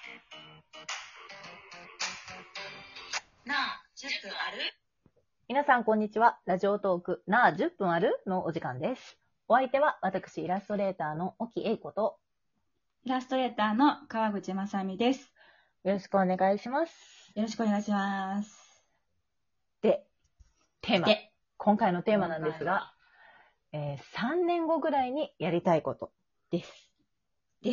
なあ、10分ある？ 皆さん、こんにちは。ラジオトーク、なあ、10分あるのお時間です。お相手は、私、イラストレーターの沖英子と、 イラストレーターの川口まさみです。 よろしくお願いします。 よろしくお願いします。 で、テーマ。 で、 今回のテーマなんですが、3年後ぐらいにやりたいことです。 です。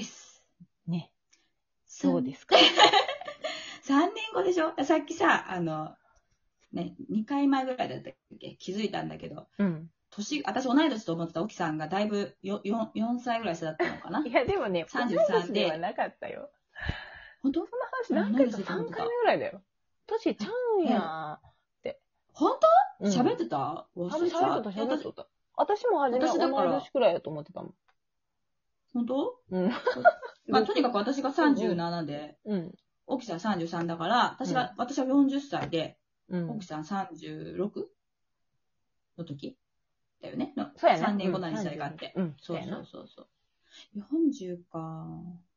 ね。どうですか 3年後でしょ？さっきさ、2回前ぐらいだったっけ？気づいたんだけど、 うん。 私同い年と思ってた沖さんがだいぶ4歳ぐらい下だったのかな？ いや、でもね、同い 33 年ではで。 なかったよ。 本当？ その話何回か3回目ぐらいだよ。年ちゃうんやーって。 本当？ うん喋ってた？ 喋ってた。私も初め同い年くらいだと思ってたもん。 本当？ うん。 まあ、とにかく私が37で、 うん。 沖さん33だから、私は40歳で、 うん。 沖さん 36? の時だよね。 そうやね。 3年後何したいかって。 うん。 そう。40か。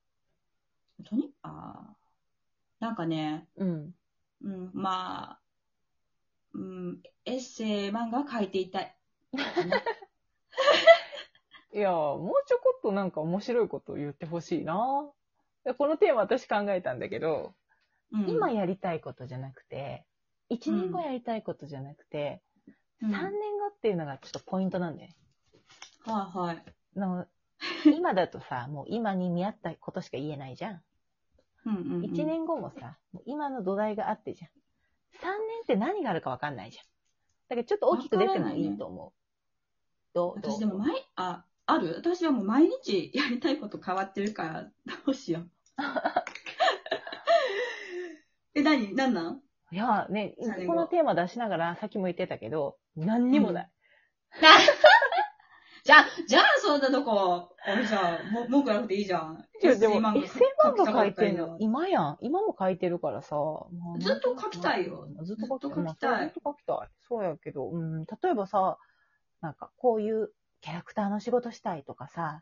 なんかね、 うん。 まあ、エッセイ漫画は書いていたい。 いや、もうちょこっとなんか面白いことを言ってほしいな。このテーマ私考えたんだけど、今やりたいことじゃなくて、1年後やりたいことじゃなくて、3年後っていうのがちょっとポイントなんだよね。 はい。 今だとさ、もう今に見合ったことしか言えないじゃん。1年後もさ、もう今の土台があってじゃん。3年って何があるか分かんないじゃん。だからちょっと大きく出てもいいと思う。 私でもある？私はもう毎日やりたいこと変わってるから、どうしよう。何なんいや、ね、このテーマ出しながら、さっきも言ってたけど、何にもない。 じゃあ、そんなとこ、文句なくていいじゃん。 いや、でも、エッセイ漫画書いてんの、今も書いてるからさ。 ずっと書きたいよ。 ずっと書きたい。そうやけど、例えばさ、なんか、こういうキャラクターの仕事したいとかさ、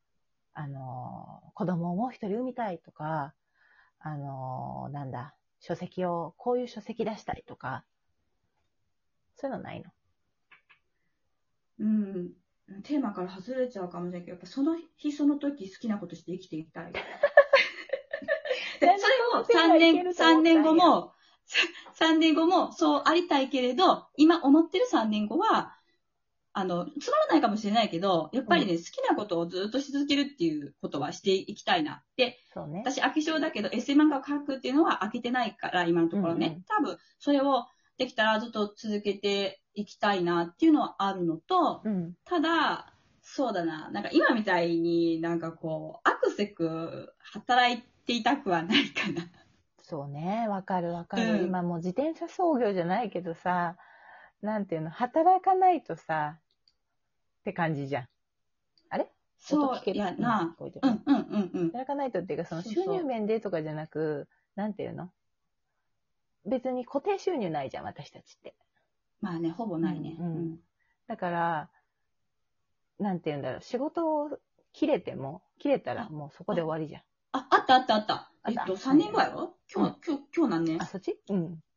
子供をもう一人産みたいとか、こういう書籍出したいとか、そういうのないの？ テーマから外れちゃうかもしれないけど、やっぱその日その時好きなことして生きていきたい。それも3年後もそうありたいけれど、今思ってる3年後は、つまらないかもしれないけど、やっぱりね、好きなことをずっとし続けるっていうことはしていきたいなって。 そうね。 私、飽き性だけど、エッセイ漫画を書くっていうのは飽きてないから、今のところね。多分、それをできたらずっと続けていきたいなっていうのはあるのと、ただ、そうだな、なんか今みたいになんかこう、アクセク働いていたくはないかな。 そうね、わかる。今もう自転車操業じゃないけどさ、なんていうの、働かないとさ、って感じじゃん。あれ？ そう、いやな。 働かないとっていうか、その収入面でとかじゃなく、なんていうの？別に固定収入ないじゃん、私たちって。 まあね、ほぼないね。 だから、なんていうんだろう、仕事を切れたらもうそこで終わりじゃん。 あった。3年後やろ？今日何年？ そっち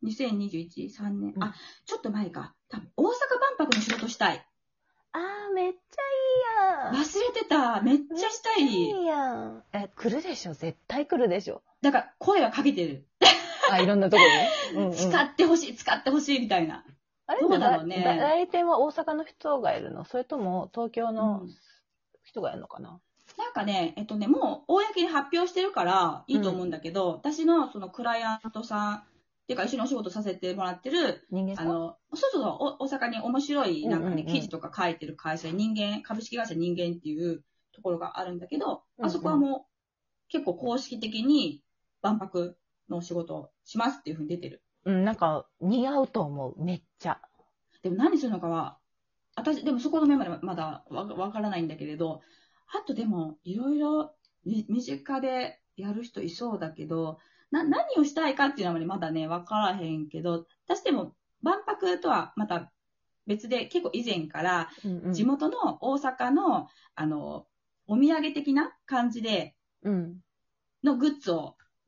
？2021、3年。ちょっと前か。多分、大阪万博の仕事したい。 めっちゃいいやん。 忘れてた。めっちゃしたい。 いいやん。来るでしょ。絶対来るでしょ。 だから、声はかけてる。 いろんなとこに。 使ってほしい、みたいな。 あれ？どうだろうね。代理店は大阪の人がいるの？それとも東京の人がいるのかな？ なんかね、もう、公に発表してるから、いいと思うんだけど、私のそのクライアントさん、っていうか一緒にお仕事させてもらってる、 人間さん？ 大阪に面白い、なんかね、記事とか書いてる会社、株式会社人間っていうところがあるんだけど、あそこはもう、結構公式的に万博の仕事をしますっていうふうに出てる。 なんか、似合うと思う、めっちゃ。 でも何するのかは、でもそこのメンバーでまだわからないんだけれど、あとでも、いろいろ身近でやる人いそうだけど、何をしたいかっていうのはまだね、わからへんけど、私でも万博とはまた別で結構以前から、地元の大阪の、お土産的な感じで、のグッズを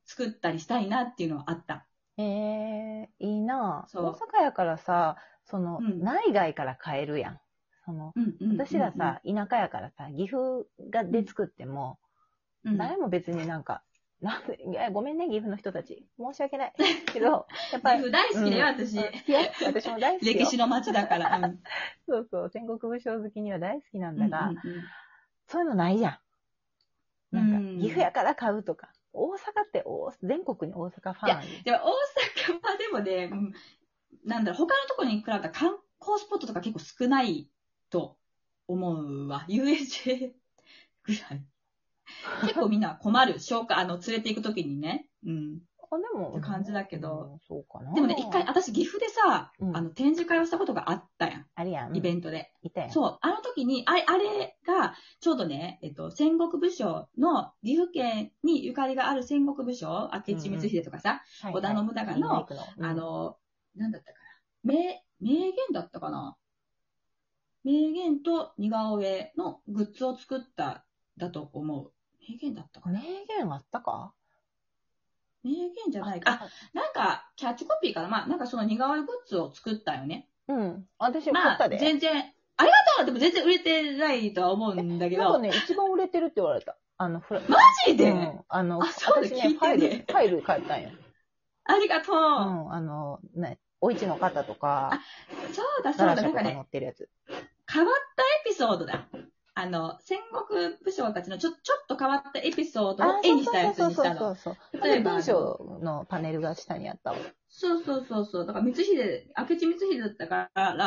作ったりしたいなっていうのはあった。 いいなぁ。 そう。 大阪やからさ、 うん、 内外から買えるやん。私らさ、田舎やからさ、岐阜で作っても、誰も別になんか、いや、ごめんね、岐阜の人たち。申し訳ない。けど、やっぱり。 岐阜大好きだよ、私。 私も大好きよ。 歴史の街だから。 そうそう、戦国武将好きには大好きなんだが、そういうのないじゃん。なんか、岐阜やから買うとか。大阪って全国に大阪ファンある。 いや、でも大阪はでもね、なんだろう、他のところに比べたら観光スポットとか結構少ないと思うわ。USJ ぐらい。結構みんな困る。連れて行くときにね。うん。 でも、 って感じだけど。 そうかな。 でもね、一回、私、岐阜でさ、展示会をしたことがあったやん。 あれやん。 イベントで。 いたやん。 そう。あの時に、あれが、ちょうどね、戦国武将の、岐阜県にゆかりがある戦国武将、明智光秀とかさ、織田信長の、なんだったかな。名言だったかな。名言と似顔絵のグッズを作っただと思う。名言だったかな。 名言あったか？ 名言じゃないか。なんか、キャッチコピーかな。まあ、なんかその似顔絵グッズを作ったよね。 うん。私買ったで。 全然、ありがとう。でも全然売れてないとは思うんだけど。 なんかね、一番売れてるって言われた。 マジで、 私ね、ファイル買ったんよ。 ありがとう。 お市の方とか、 そうだ。なんかね、 載ってるやつ。 変わったエピソードだ。戦国武将たちのちょっと変わったエピソードを絵にしたやつにしたの。 例えば文章のパネルが下にあったわ。 そう。だから明智光秀だったから、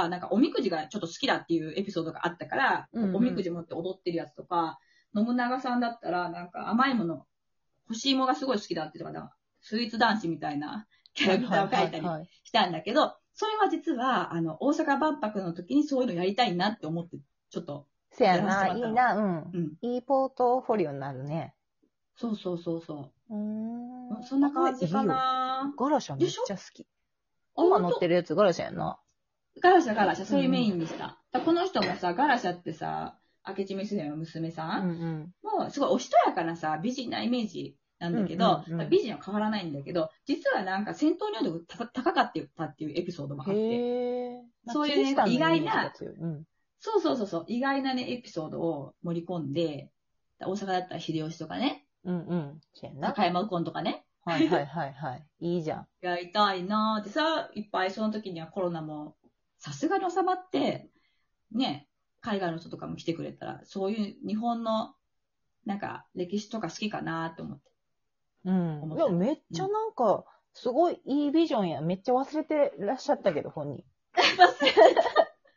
なんかおみくじがちょっと好きだっていうエピソードがあったから、おみくじ持って踊ってるやつとか、信長さんだったら、なんか甘いもの、干し芋がすごい好きだってとか、スイーツ男子みたいなキャラクターを描いたりしたんだけど、それは実は、大阪万博の時にそういうのやりたいなって思って、ちょっと。 せやな、いいな、いいポートフォリオになるね。 そう。そんな感じかな。 ガラシャめっちゃ好き。今乗ってるやつガラシャやんな。 ガラシャ、それメインにした。この人もさ、ガラシャってさ、明智光秀の娘さん、もうすごいおしとやかなさ、美人なイメージなんだけど、美人は変わらないんだけど、実はなんか戦闘能力高かったっていうエピソードもあって、そういうね、意外な、そう、意外なね、エピソードを盛り込んで、大阪だったら秀吉とかね、高山右近とかね。 はい。いいじゃん。 やりたいなーってさ、いっぱいその時にはコロナもさすがに収まって、ね、海外の人とかも来てくれたら、そういう日本のなんか歴史とか好きかなと思って。 でもめっちゃなんか、すごいいいビジョンや。めっちゃ忘れてらっしゃったけど、本人。 忘れてた。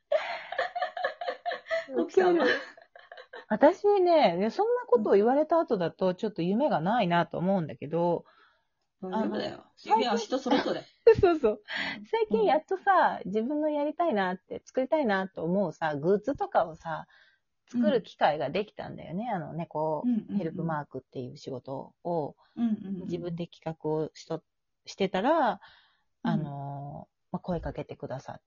ウケる。私ね、そんなことを言われた後だと、ちょっと夢がないなと思うんだけど、 だよ。夢は人それぞれ。 そう。最近やっとさ、自分のやりたいなって、作りたいなと思うさ、グッズとかをさ、作る機会ができたんだよね。ヘルプマークっていう仕事を、自分で企画をしてたら、声かけてくださって、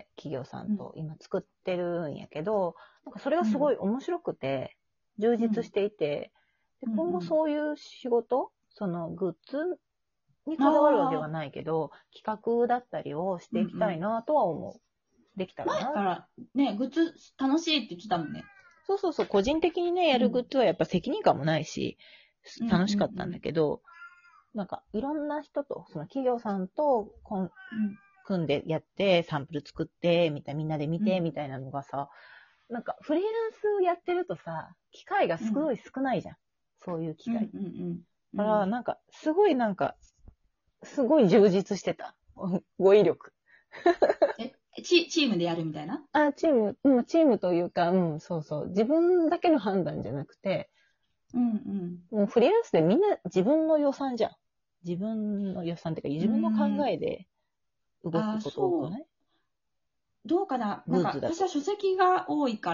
企業さんと今作ってるんやけど、なんかそれがすごい面白くて、充実していて、で今後そういう仕事、そのグッズにこだわるわけはないけど、企画だったりをしていきたいなとは思う。できたらな。 前からね、グッズ楽しいって言ってたもんね。 そう。個人的にね、やるグッズはやっぱ責任感もないし、楽しかったんだけど、なんかいろんな人と、その企業さんと組んでやって、サンプル作って、みんなで見て、みたいなのがさ、なんかフリーランスやってるとさ、機会がすごい少ないじゃん。そういう機会。だから、なんか、すごい充実してた。語彙力。 チームでやるみたいな？ チームというか、そう。自分だけの判断じゃなくて、もうフリーランスでみんな自分の予算じゃん。自分の予算っていうか、自分の考えで動くこと多くない？ どうかな？なんか、私は書籍が多いから、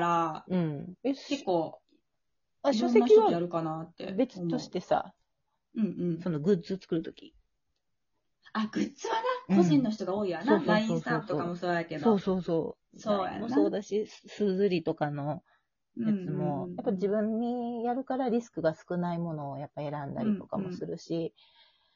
結構、書籍はやるかなって別としてさ、そのグッズ作るとき。 グッズはな、個人の人が多いやな。LINE さんとかもそうやけど。 そう。 そうやな。 そうだし、すずりとかのやつも、やっぱ自分にやるからリスクが少ないものをやっぱ選んだりとかもするし、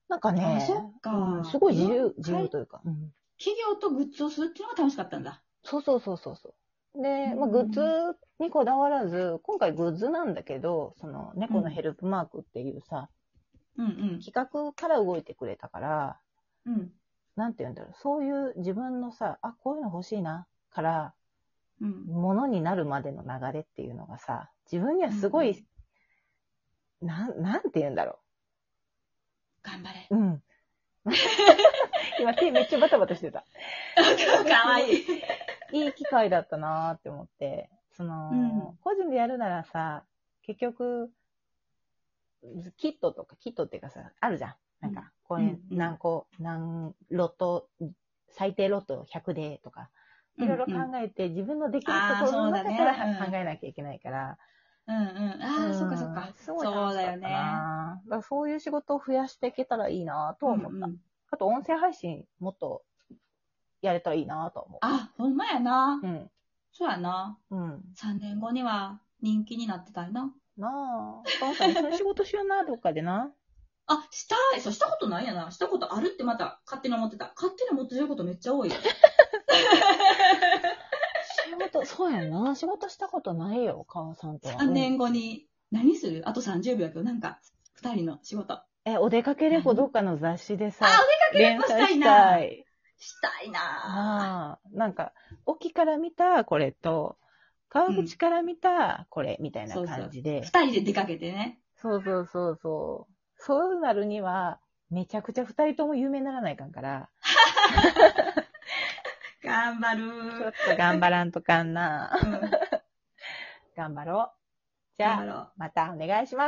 なんかね、 そっか。 すごい自由というか。 企業とグッズをするっていうのが楽しかったんだ。 そう。で、グッズにこだわらず、今回グッズなんだけど、その猫のヘルプマークっていうさ、企画から動いてくれたから、なんて言うんだろう、そういう自分のさ、こういうの欲しいな、から、ものになるまでの流れっていうのがさ、自分にはすごい、なんて言うんだろう。頑張れ。 今手めっちゃバタバタしてた。 かわいい。 いい機会だったなーって思って、個人でやるならさ、結局、キットっていうかさ、あるじゃん。なんか、こういう何ロット、最低ロット100でとか、いろいろ考えて、自分のできるところの中から考えなきゃいけないから、 そうかそうか。 すごい楽しかったな。だからそういう仕事を増やしていけたらいいなと思った。あと、音声配信もっとやれたらいいなと思う。 ほんまやな。そうやな。3年後には人気になってたいな。 なあ。お母さん、一緒に仕事しような、どっかでな。 したい。したことないやな。したことあるってまた勝手に思ってた。勝手に思ってることめっちゃ多い。 そうやな。仕事したことないよ、母さんとは。 3年後に何する？あと30秒やけど、なんか、2人の仕事。 お出かけレポどっかの雑誌でさ。 お出かけレポしたいな。 したいな。なんか、沖から見たこれと、川口から見たこれみたいな感じで。 2人で出かけてね。 そう。そうなるには、めちゃくちゃ2人とも有名にならないかんから。 頑張る。 ちょっと頑張らんとかんな。頑張ろう。じゃあ、またお願いします。